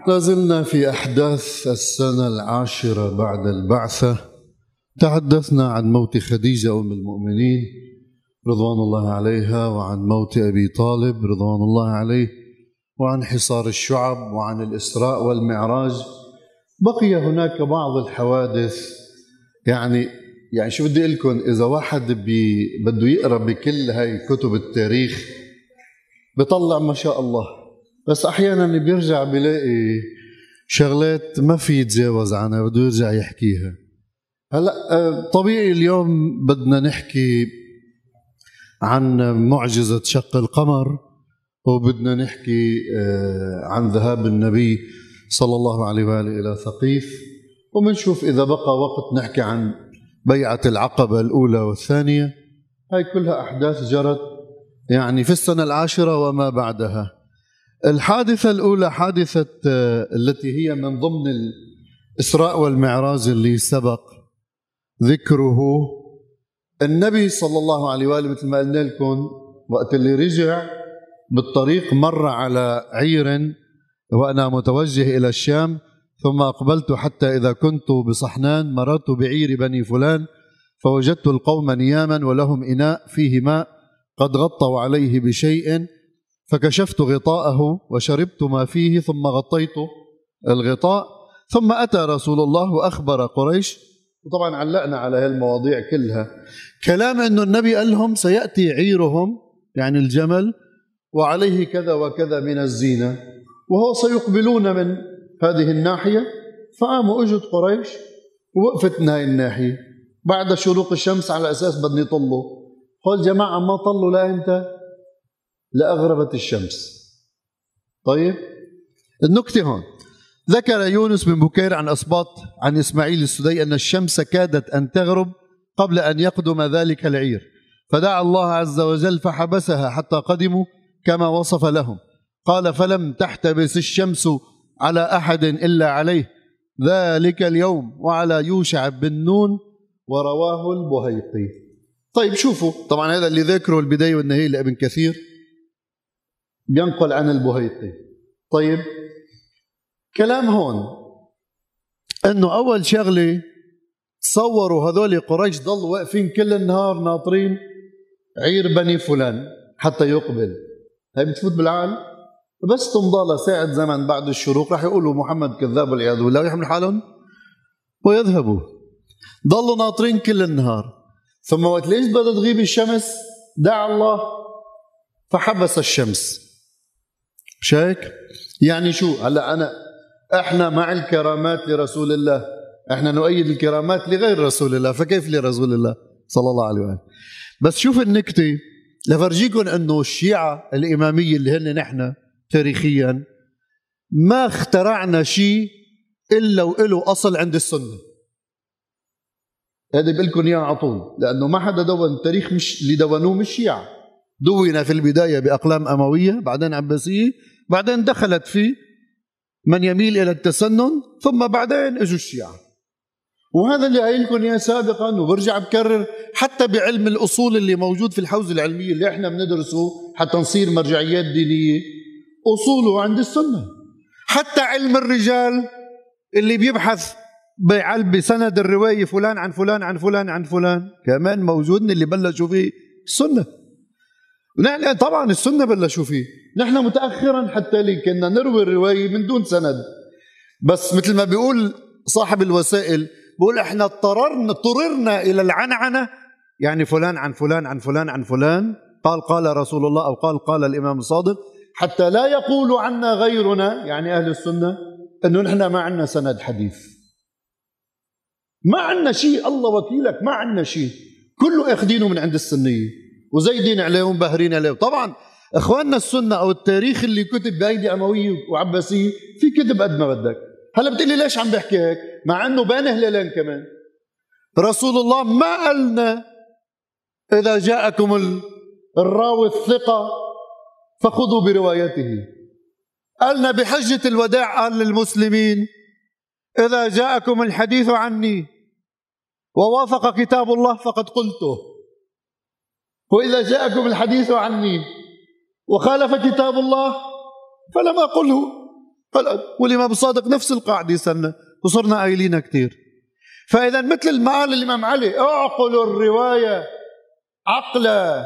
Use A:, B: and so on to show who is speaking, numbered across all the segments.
A: لازلنا في أحداث السنة العاشرة بعد البعثة. تحدثنا عن موت خديجة أم المؤمنين رضوان الله عليها، وعن موت أبي طالب رضوان الله عليه، وعن حصار الشعب، وعن الإسراء والمعراج. بقي هناك بعض الحوادث. يعني شو بدي أقول لكم، إذا واحد بده يقرأ بكل هاي كتب التاريخ بطلع ما شاء الله، بس أحيانا بيرجع بيلاقي شغلات ما في يتجاوز عنها، بده يرجع يحكيها. هلا طبيعي اليوم بدنا نحكي عن معجزة شق القمر، وبدنا نحكي عن ذهاب النبي صلى الله عليه وآله إلى ثقيف، ومنشوف إذا بقى وقت نحكي عن بيعة العقبة الأولى والثانية. هاي كلها أحداث جرت يعني في السنة العاشرة وما بعدها. الحادثة الأولى حادثة التي هي من ضمن الإسراء والمعراج اللي سبق ذكره. النبي صلى الله عليه وآله مثل ما قلنا لكم، وقت اللي رجع بالطريق مر على عير وأنا متوجه إلى الشام، ثم أقبلت حتى إذا كنت بصحنان مررت بعير بني فلان، فوجدت القوم نياما ولهم إناء فيه ماء قد غطوا عليه بشيء، فكشفت غطاءه وشربت ما فيه ثم غطيت الغطاء. ثم أتى رسول الله وأخبر قريش، وطبعا علقنا على هالمواضيع كلها. كلام أنه النبي قال لهم سيأتي عيرهم يعني الجمل وعليه كذا وكذا من الزينة، وهو سيقبلون من هذه الناحية. فقاموا اجت قريش ووقفت من هاي الناحية بعد شروق الشمس على أساس بدنا يطلوا. قال جماعة ما طلوا لا أنت لأغربت الشمس. طيب النكتة هون، ذكر يونس بن بكير عن أسباط عن إسماعيل السدي أن الشمس كادت أن تغرب قبل أن يقدم ذلك العير، فدعا الله عز وجل فحبسها حتى قدموا كما وصف لهم. قال فلم تحتبس الشمس على أحد إلا عليه ذلك اليوم وعلى يوشع بن نون، ورواه البهيقي. طيب شوفوا، طبعا هذا اللي ذكره البداية والنهاية لابن كثير بينقل عن البهيقي. طيب كلام هون انه اول شغله تصوروا هذول قريش ضلوا واقفين كل النهار ناطرين عير بني فلان حتى يقبل. هي بتفوت بالعقل؟ بس تمضى ساعة زمن بعد الشروق راح يقولوا محمد كذاب والعياذ بالله ويحملوا حالهم ويذهبوا. ضلوا ناطرين كل النهار، ثم وقت ليش بدها تغيب الشمس دعا الله فحبس الشمس. شايك؟ يعني شو هلا احنا مع الكرامات لرسول الله، احنا نؤيد الكرامات لغير رسول الله، فكيف لرسول الله صلى الله عليه وآله؟ بس شوف النكتة لفرجيكم انه الشيعة الإمامية اللي هن نحن تاريخيا ما اخترعنا شيء الا وله اصل عند السنة. هذا بقول لكم اياه على طول، لانه ما حدا دون التاريخ، مش اللي دونوه مش شيعة. دون في البداية بأقلام أموية، بعدين عباسية، بعدين دخلت فيه من يميل إلى التسنن، ثم بعدين اجوا الشيعة. وهذا اللي قايل لكم اياه سابقا، وبرجع بكرر حتى بعلم الأصول اللي موجود في الحوزة العلمية اللي احنا بندرسه حتى نصير مرجعيات دينية، أصوله عند السنة. حتى علم الرجال اللي بيبحث بسند الرواية فلان عن فلان عن فلان عن فلان كمان موجود، اللي بلشوا فيه السنة. نحن طبعا السنة بلشوا فيه، نحن متأخرا حتى اللي كنا نروي الرواية من دون سند. بس مثل ما بيقول صاحب الوسائل، بيقول احنا اضطررنا إلى العنعنة، يعني فلان عن فلان عن فلان عن فلان، قال رسول الله، أو قال الإمام الصادق، حتى لا يقول عنا غيرنا يعني أهل السنة أنه نحن ما عنا سند حديث، ما عنا شيء، الله وكيلك ما عنا شيء، كله اخدينه من عند السنية وزايدين عليهم باهرين عليهم. طبعا اخواننا السنة او التاريخ اللي كتب بايدي اموية وعباسية في كتب قد ما بدك. هلا بتقلي ليش عم بحكي هيك مع انه بين هلالين كمان رسول الله ما قالنا اذا جاءكم الراوي الثقة فخذوا بروايته، قالنا بحجة الوداع قال للمسلمين اذا جاءكم الحديث عني ووافق كتاب الله فقد قلته، وإذا جاءكم الحديث عني وخالف كتاب الله فلم أقله. والإمام الصادق نفس القاعدة سنة وصرنا قايلينها كثير. فإذا مثل ما قال الإمام علي: اعقلوا الرواية عقل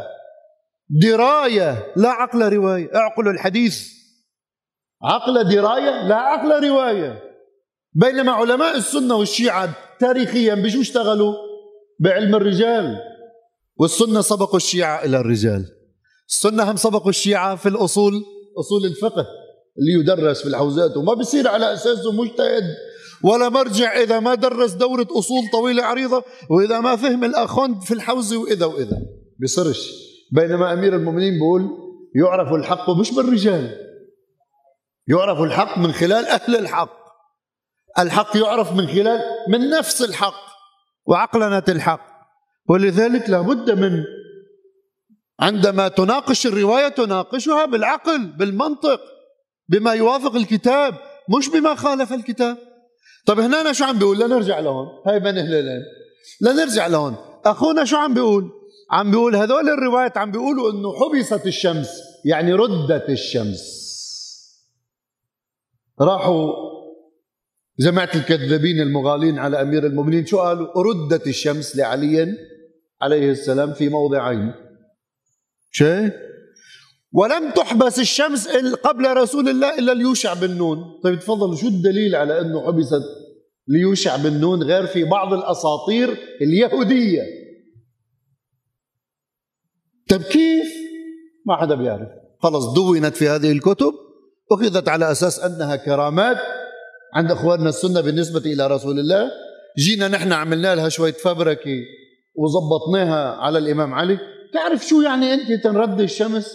A: دراية لا عقل رواية. اعقلوا الحديث عقل دراية لا عقل رواية. بينما علماء السنة والشيعة تاريخيا بشو اشتغلوا؟ بعلم الرجال. والسنة سبقوا الشيعة إلى الرجال. السنة هم سبقوا الشيعة في الأصول، أصول الفقه اللي يدرس في الحوزات، وما بيصير على أساسه مجتهد ولا مرجع إذا ما درس دورة أصول طويلة عريضة، وإذا ما فهم الأخوند في الحوزة وإذا بيصيرش. بينما أمير المؤمنين بيقول: يعرف الحق مش بالرجال، يعرف الحق من خلال أهل الحق. الحق يعرف من نفس الحق وعقلنة الحق. ولذلك لابد من عندما تناقش الرواية تناقشها بالعقل، بالمنطق، بما يوافق الكتاب مش بما خالف الكتاب. طب هنا شو عم بيقول؟ لنرجع لهون، هاي بين هلالين، لنرجع لهون. أخونا شو عم بيقول؟ عم بيقول هذول الروايات عم بيقولوا إنه حبست الشمس، يعني ردت الشمس. راحوا جماعة الكذابين المغالين على أمير المؤمنين شو قالوا؟ ردت الشمس لعلي عليه السلام في موضعين، شيء ولم تحبس الشمس قبل رسول الله إلا ليوشع بن نون. طيب تفضلوا، شو الدليل على أنه حبست ليوشع بن نون غير في بعض الأساطير اليهودية؟ طيب كيف؟ ما حدا بيعرف. خلص دونت في هذه الكتب، أخذت على أساس أنها كرامات عند أخواننا السنة بالنسبة إلى رسول الله. جينا نحن عملنا لها شوية فبركة وظبطناها على الإمام علي. تعرف شو يعني أنت تنرد الشمس؟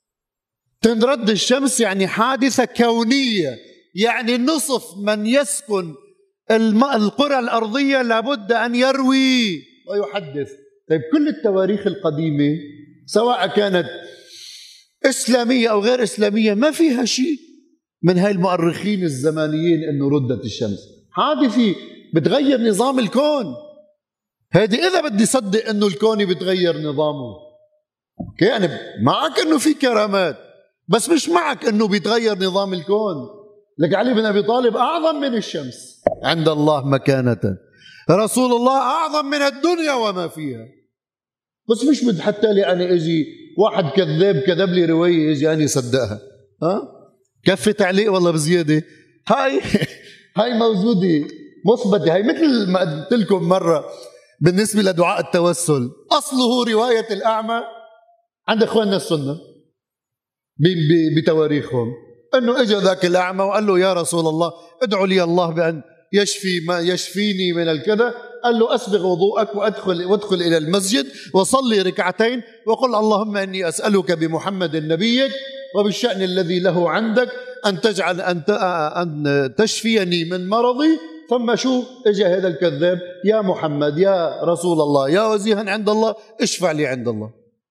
A: تنرد الشمس يعني حادثة كونية، يعني نصف من يسكن القرى الأرضية لابد أن يروي ويحدث. طيب كل التواريخ القديمة سواء كانت إسلامية أو غير إسلامية ما فيها شيء من هاي المؤرخين الزمانيين إنه ردت الشمس. حادثة بتغير نظام الكون. هذه إذا بدي صدق إنه الكون بتغير نظامه، اوكي، يعني معك إنه في كرامات، بس مش معك إنه بيتغير نظام الكون. لك علي بن أبي طالب أعظم من الشمس عند الله مكانة، رسول الله أعظم من الدنيا وما فيها. بس مش بد حتى لي أنا أجي واحد كذاب كذب لي رواية أجي أنا صدقها. كفي تعليق والله بزيادة. هاي موجودة مثبتة. هاي مثل ما قلت لكم مرة بالنسبة لدعاء التوسل، أصله رواية الأعمى عند إخواننا السنة بتواريخهم، أنه إجا ذاك الأعمى وقال له: يا رسول الله ادعو لي الله بأن يشفيني من الكذا. قال له: أسبغ وضوءك وادخل إلى المسجد وصلي ركعتين وقل: اللهم إني أسألك بمحمد نبيك وبالشأن الذي له عندك أن تجعل أن تشفيني من مرضي. ثم شو إجا هذا الكذاب: يا محمد، يا رسول الله، يا وجيها عند الله، اشفع لي عند الله.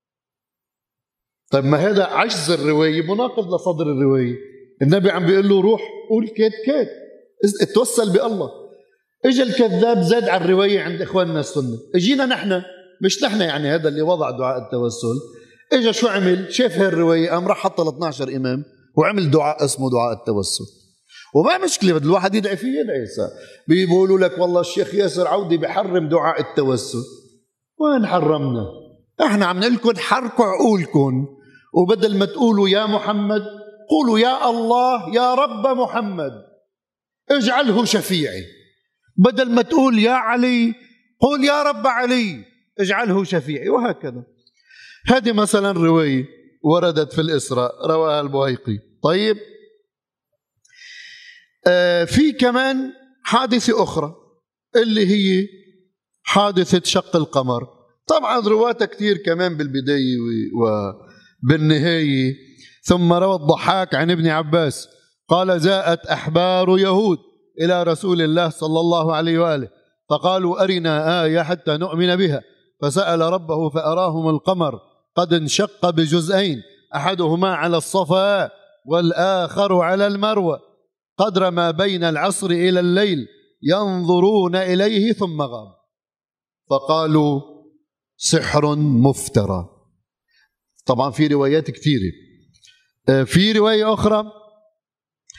A: طيب ما هذا عجز الرواية مناقض لصدر الرواية. النبي عم بيقول له: روح قول كيت اتوسل بالله. اجى الكذاب زاد على الرواية عند إخواننا السنة. اجينا نحن، مش نحن يعني، هذا اللي وضع دعاء التوسل. اجى شو عمل؟ شاف هاي الرواية قام راح حط 12 إمام وعمل دعاء اسمه دعاء التوسل. وما مشكلة، بده الواحد يدعي فيه يدعي. بيقولوا لك والله الشيخ ياسر عودي بحرم دعاء التوسل. وين حرمنا؟ احنا عم نقول لكم حركوا عقولكم، وبدل ما تقولوا يا محمد قولوا يا الله يا رب محمد اجعله شفيعي. بدل ما تقول يا علي قول يا رب علي اجعله شفيعي، وهكذا. هذه مثلا رواية وردت في الإسراء رواها البويقي. طيب في كمان حادثة أخرى اللي هي حادثة شق القمر. طبعا رواتها كثير كمان بالبداية وبالنهاية. ثم روى الضحاك عن ابن عباس قال: جاءت أحبار يهود إلى رسول الله صلى الله عليه وآله فقالوا: أرنا آية حتى نؤمن بها، فسأل ربه فأراهم القمر قد انشق بجزئين، أحدهما على الصفا والآخر على المروة، قدر ما بين العصر إلى الليل، ينظرون إليه ثم غاب. فقالوا: سحر مفترى. طبعا في روايات كثيرة. في رواية أخرى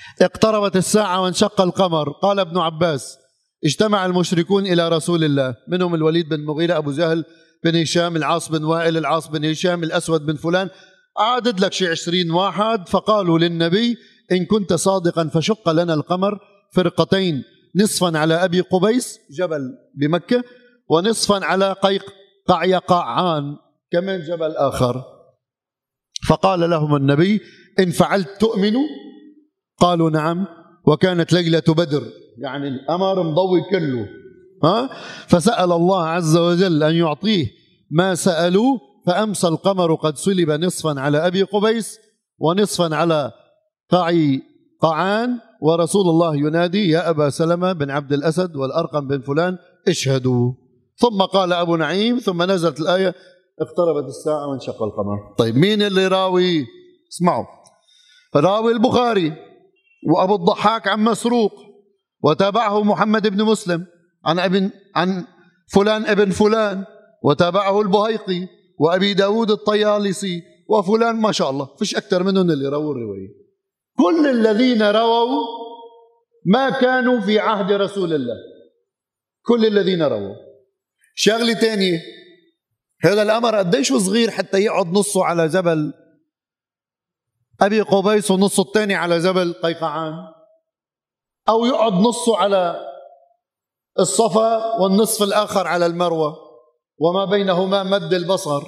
A: اقتربت الساعة وانشق القمر. قال ابن عباس: اجتمع المشركون إلى رسول الله، منهم الوليد بن مغيرة، أبو جهل بن هشام، العاص بن وائل، العاص بن هشام، الأسود بن فلان، أعدد لك شيء 20 واحد. فقالوا للنبي: إن كنت صادقا فشق لنا القمر فرقتين، نصفا على أبي قبيس جبل بمكة، ونصفا على قعيقاعان كمان جبل آخر. فقال لهم النبي: إن فعلت تؤمنوا؟ قالوا: نعم. وكانت ليلة بدر، يعني القمر مضوي كله. فسأل الله عز وجل أن يعطيه ما سألوه، فأمسى القمر قد سلب نصفا على أبي قبيس ونصفا على قعيقاعان، ورسول الله ينادي: يا أبا سلمة بن عبد الأسد والأرقم بن فلان اشهدوا. ثم قال أبو نعيم: ثم نزلت الآية: اقتربت الساعة وانشق القمر. طيب مين اللي راوي؟ اسمعوا، راوي البخاري وأبو الضحاك عن مسروق، وتابعه محمد بن مسلم عن فلان ابن فلان، وتابعه البهيقي وأبي داود الطيالسي وفلان، ما شاء الله فيش أكثر منهم اللي رووا الرواية. كل الذين رووا ما كانوا في عهد رسول الله، كل الذين رووا. شغلة تانية، هذا الأمر قديش صغير حتى يقعد نصه على جبل أبي قبيس ونصه الثاني على جبل قيقعان، أو يقعد نصه على الصفا والنصف الآخر على المروة، وما بينهما مد البصر.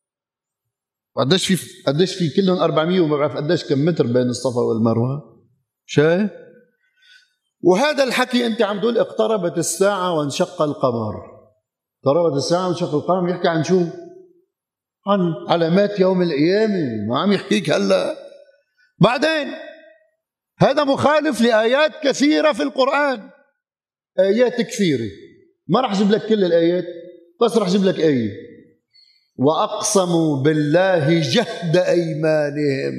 A: قديش في كلهم 400 وما بعرف قديش كم متر بين الصفا والمروة. شايف؟ وهذا الحكي أنت عم تقول اقتربت الساعة وانشق القمر. اقتربت الساعة وانشق القمر يحكي عن شو؟ عن علامات يوم القيامة، ما عم يحكيك هلا. بعدين هذا مخالف لآيات كثيرة في القرآن، آيات كثيرة، ما رح أجيب لك كل الآيات، بس رح أجيب لك آية: وأقسموا بالله جهد أيمانهم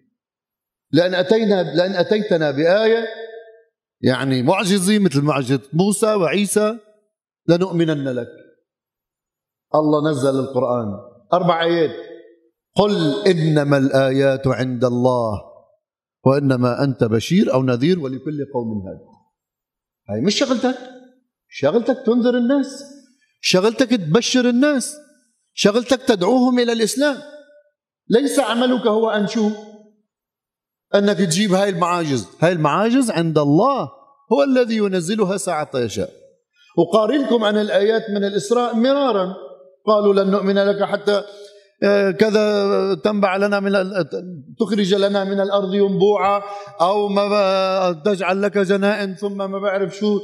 A: لأن أتيتنا بآية يعني معجزة مثل معجزة موسى وعيسى لنؤمنن لك. الله نزل القرآن 4 آيات: قل إنما الآيات عند الله وإنما أنت بشير أو نذير ولكل قوم هاد. هاي مش شغلتك، شغلتك تنذر الناس، شغلتك تبشر الناس، شغلتك تدعوهم إلى الإسلام. ليس عملك هو أن شو؟ أنك تجيب هاي المعاجز. هاي المعاجز عند الله، هو الذي ينزلها ساعة يشاء. أقارنكم عن الآيات من الإسراء مرارا: قالوا لن نؤمن لك حتى كذا تنبع لنا تخرج لنا من الأرض ينبوعا، أو ما تجعل لك جنائن ثم ما بعرف شو،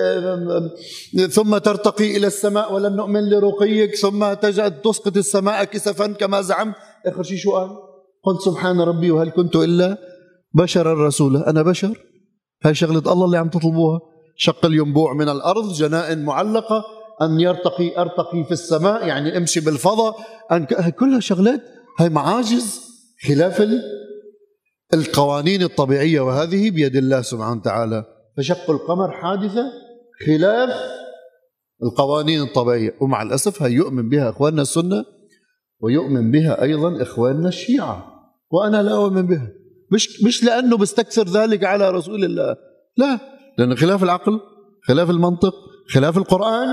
A: ثم ترتقي إلى السماء ولن نؤمن لرقيك، ثم تسقط السماء كسفا كما زعمت. آخر شيء شو قال؟ قلت سبحان ربي وهل كنت إلا بشرا رسولا. أنا بشر. هاي شغلة الله اللي عم تطلبوها. شق الينبوع من الأرض، جنائن معلقة، أن أرتقي في السماء يعني أمشي بالفضاء، كلها شغلات، هاي معاجز خلاف القوانين الطبيعية، وهذه بيد الله سبحانه وتعالى. فشق القمر حادثة خلاف القوانين الطبيعية، ومع الأسف هاي يؤمن بها إخواننا السنة ويؤمن بها أيضا إخواننا الشيعة، وأنا لا أؤمن بها. مش لأنه بستكثر ذلك على رسول الله، لا، لأنه خلاف العقل، خلاف المنطق، خلاف القرآن.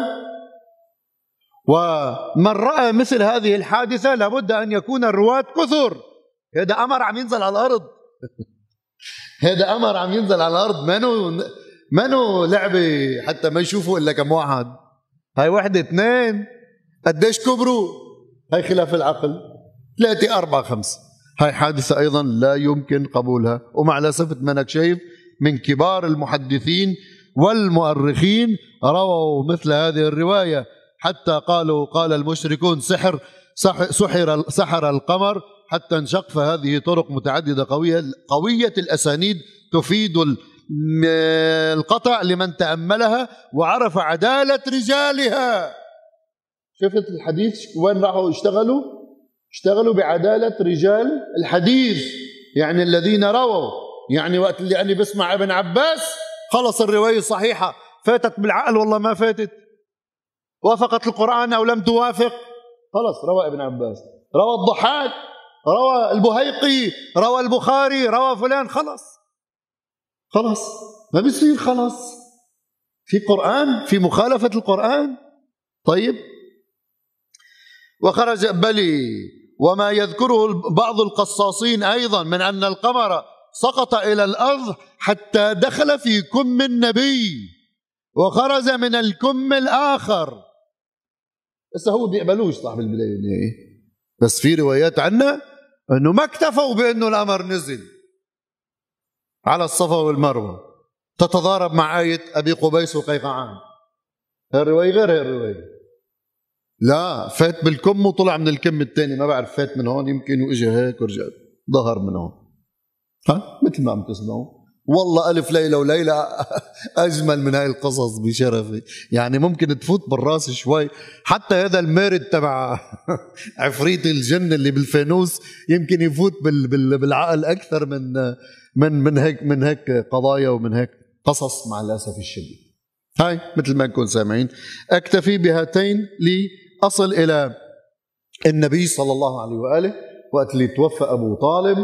A: ومن رأى مثل هذه الحادثة لابد أن يكون الرواة كثر. هذا أمر عم ينزل على الأرض هذا أمر عم ينزل على الأرض، منو لعبة حتى ما يشوفوا إلا كم واحد. هاي 1 2 قديش كبروا، هاي خلاف العقل. 3 4 5 هاي حادثة أيضا لا يمكن قبولها. ومع الأسف منك شايف من كبار المحدثين والمؤرخين رووا مثل هذه الرواية، حتى قال المشركون سحر القمر حتى انشق. فهذه طرق متعددة قوية الأسانيد تفيد القطع لمن تأملها وعرف عدالة رجالها. شفت الحديث وين راحوا اشتغلوا بعدالة رجال الحديث، يعني الذين رووا. يعني وقت اللي أنا بسمع ابن عباس خلص الرواية صحيحة، فاتت بالعقل والله ما فاتت، وافقت القرآن أو لم توافق، خلص روى ابن عباس، روى الضحاك، روى البهيقي، روى البخاري، روى فلان، خلص. خلاص ما بيصير، خلاص في قرآن، في مخالفة القرآن. طيب وخرج بلي وما يذكره بعض القصاصين أيضا من أن القمر سقط إلى الأرض حتى دخل في كم النبي وخرج من الكم الآخر. بس هو بيقبلوش صاحب البداية والنهاية، بس في روايات عنا أنه ما اكتفوا بأنه الأمر نزل على الصفا والمروة تتضارب مع آية أبي قبيس وقيقعان. هالرواية غير هالرواية، لا فات بالكم وطلع من الكم الثاني، ما بعرف فات من هون يمكن واجى هيك ورجع ظهر من هون. ها مثل ما عم تسمعوا، والله ألف ليلة وليلة أجمل من هاي القصص بشرفي. يعني ممكن تفوت بالراس شوي، حتى هذا المارد تبع عفريت الجن اللي بالفانوس يمكن يفوت بالعقل أكثر من هيك قضايا ومن هيك قصص مع الأسف الشديد. هاي مثل ما نكون سامعين. أكتفي بهاتين لأصل إلى النبي صلى الله عليه وآله. وقت اللي توفى أبو طالب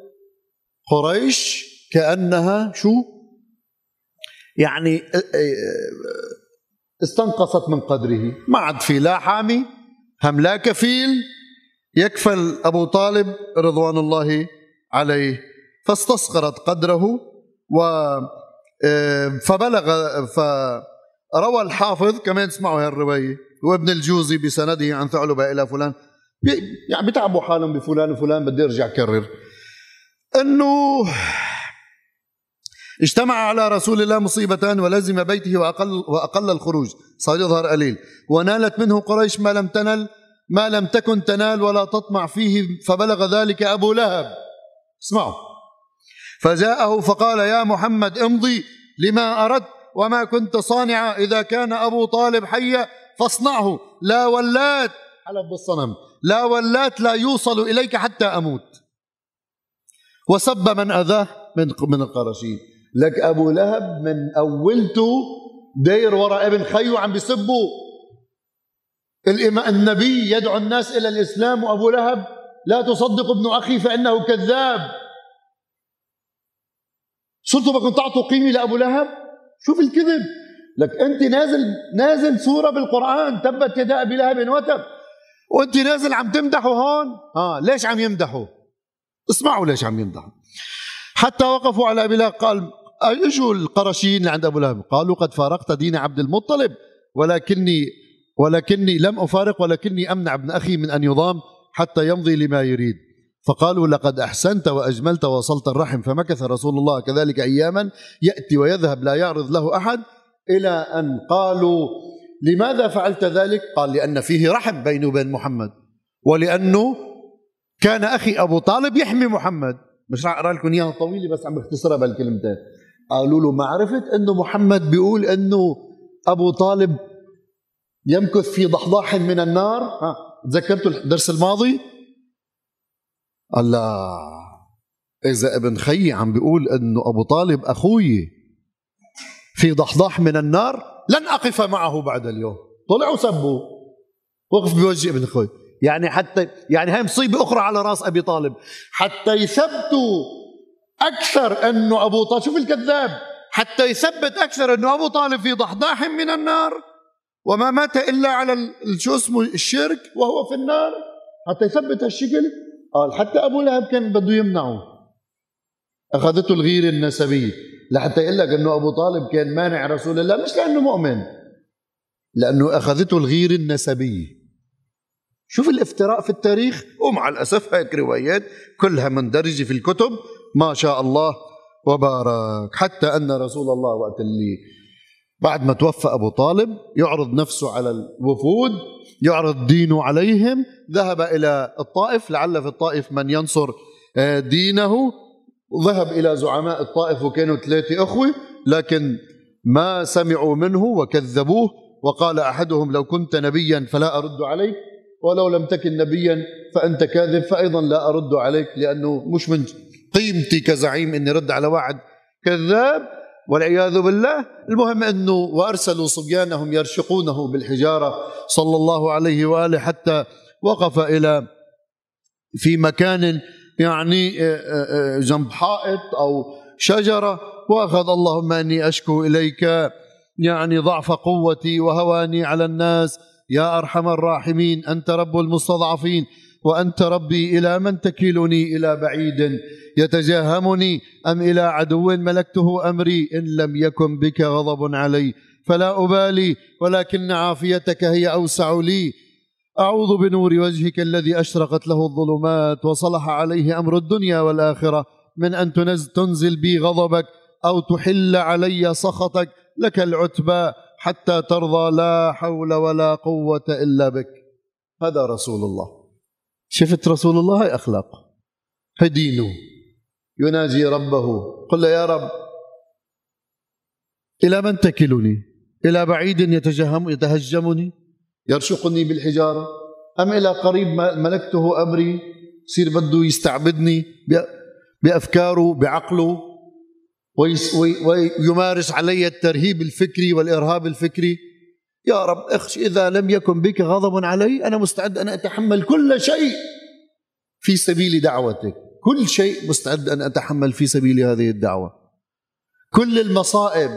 A: قريش كأنها شو يعني استنقصت من قدره، ما عاد في لا حامي هم لا كفيل يكفل أبو طالب رضوان الله عليه، فاستصغرت قدره. فبلغ، فروى الحافظ كمان اسمعوا هالرواية وابن الجوزي بسنده عن ثعلبة إلى فلان، يعني بتعبوا حالهم بفلان وفلان، بدي ارجع كرر انه اجتمع على رسول الله مصيبتان ولزم بيته واقل الخروج، صار يظهر قليل، ونالت منه قريش ما لم تكن تنال ولا تطمع فيه، فبلغ ذلك ابو لهب. اسمعوا، فجاءه فقال يا محمد امضي لما اردت وما كنت صانعا، اذا كان ابو طالب حيا فاصنعه، لا ولات، حلف بالصنم، لا ولات لا يوصل اليك حتى اموت. وسب من اذاه من القرشين. لك ابو لهب من اولته داير وراء ابن خيو عم بيسبوا النبي يدعو الناس الى الاسلام، وابو لهب لا تصدق ابن اخي فانه كذاب. صرتوا بدكم تعطوا قيمه لابو لهب؟ شوف الكذب. لك انت نازل سوره بالقران تبت يدا ابي لهب وتب، وانت نازل عم تمدحوا هون. ليش عم يمدحوا؟ اسمعوا ليش عم يمدحوا. حتى وقفوا على ابي لهب، قال اجوا القرشيين اللي عند ابو لهب قالوا قد فارقت دين عبد المطلب ولكني لم افارق، ولكني امنع ابن اخي من ان يضام حتى يمضي لما يريد. فقالوا لقد احسنت واجملت ووصلت الرحم. فمكث رسول الله كذلك اياما ياتي ويذهب لا يعرض له احد، الى ان قالوا لماذا فعلت ذلك؟ قال لان فيه رحم بيني وبين محمد، ولانه كان اخي ابو طالب يحمي محمد. مش راح اقرا لكم اياها طويله بس عم بختصرها بهالكلمتين. قالوا له ما عرفت انه محمد بيقول انه ابو طالب يمكث في ضحضاح من النار؟ تذكرتوا الدرس الماضي؟ قال لا، اذا ابن خي عم بيقول انه ابو طالب اخوي في ضحضاح من النار لن اقف معه بعد اليوم. طلعوا سبوا، وقف بوجه ابن خي. يعني هاي مصيبه اخرى على راس ابي طالب، حتى يثبتوا اكثر انه ابو طالب، شوف الكذاب، حتى يثبت اكثر انه ابو طالب في ضحضاح من النار وما مات الا على شو اسمه الشرك وهو في النار، حتى يثبت هالشكل. قال حتى ابو لهب كان بده يمنعه، اخذته الغيره النسبيه لحتى يقول لك انه ابو طالب كان مانع رسول الله، مش لانه مؤمن، لانه اخذته الغيره النسبيه. شوف الافتراء في التاريخ. ومع الاسف هيك روايات كلها مندرجه في الكتب ما شاء الله وبارك. حتى ان رسول الله وقت اللي بعد ما توفى ابو طالب يعرض نفسه على الوفود، يعرض دينه عليهم، ذهب الى الطائف لعل في الطائف من ينصر دينه، وذهب الى زعماء الطائف وكانوا 3 اخوه، لكن ما سمعوا منه وكذبوه. وقال احدهم لو كنت نبيا فلا ارد عليك، ولو لم تكن نبيا فانت كاذب، فايضا لا ارد عليك، لانه مش من قيمتي كزعيم اني رد على واحد كذاب والعياذ بالله. المهم انه وارسلوا صبيانهم يرشقونه بالحجاره صلى الله عليه واله، حتى وقف الى في مكان يعني جنب حائط او شجره، وأخذ اللهم أني أشكو إليك يعني ضعف قوتي وهواني على الناس يا أرحم الراحمين، أنت رب المستضعفين وأنت ربي، إلى من تكلني؟ إلى بعيد يتجاهمني أم إلى عدو ملكته أمري؟ إن لم يكن بك غضب علي فلا أبالي، ولكن عافيتك هي أوسع لي. أعوذ بنور وجهك الذي أشرقت له الظلمات وصلح عليه أمر الدنيا والآخرة من أن تنزل بي غضبك أو تحل علي سخطك، لك العتبى حتى ترضى، لا حول ولا قوة إلا بك. هذا رسول الله. شفت رسول الله؟ هاي أخلاقه، هاي دينه. يناجي ربه، قل له يا رب إلى من تكلني؟ إلى بعيد يتهجمني يرشقني بالحجارة، أم إلى قريب ملكته أمري يصير بده يستعبدني بأفكاره بعقله ويمارس علي الترهيب الفكري والإرهاب الفكري؟ يا رب إذا لم يكن بك غضب علي أنا مستعد أن أتحمل كل شيء في سبيل دعوتك، كل شيء مستعد أن أتحمل في سبيل هذه الدعوة، كل المصائب